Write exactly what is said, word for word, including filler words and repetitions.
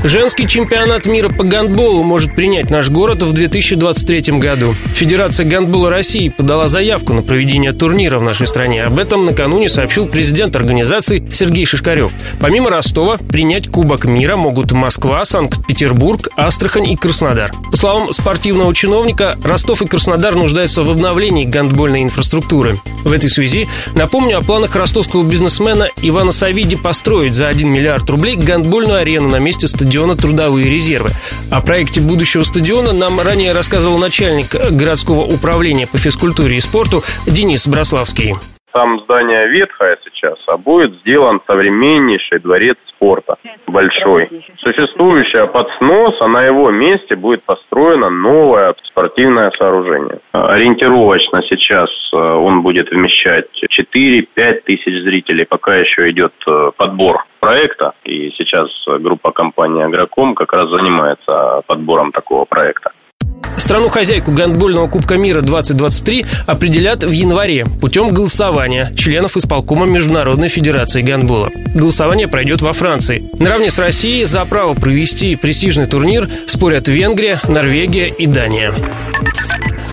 Женский чемпионат мира по гандболу может принять наш город в две тысячи двадцать третьем году. Федерация гандбола России подала заявку на проведение турнира в нашей стране. Об этом накануне сообщил президент организации Сергей Шишкарев. Помимо Ростова, принять Кубок мира могут Москва, Санкт-Петербург, Астрахань и Краснодар. По словам спортивного чиновника, Ростов и Краснодар нуждаются в обновлении гандбольной инфраструктуры. В этой связи напомню о планах ростовского бизнесмена Ивана Савиди построить за один миллиард рублей гандбольную арену на месте стадиона «Трудовые резервы». О проекте будущего стадиона нам ранее рассказывал начальник городского управления по физкультуре и спорту Денис Брославский. Там здание ветхое сейчас, а будет сделан современнейший дворец спорта, большой. Существующее под снос, а на его месте будет построено новое спортивное сооружение. Ориентировочно сейчас он будет вмещать четыре-пять тысяч зрителей, пока еще идет подбор проекта. И сейчас группа компании «Агроком» как раз занимается подбором такого проекта. Страну-хозяйку гандбольного Кубка мира двадцать двадцать три определят в январе путем голосования членов исполкома Международной федерации гандбола. Голосование пройдет во Франции. Наравне с Россией за право провести престижный турнир спорят Венгрия, Норвегия и Дания.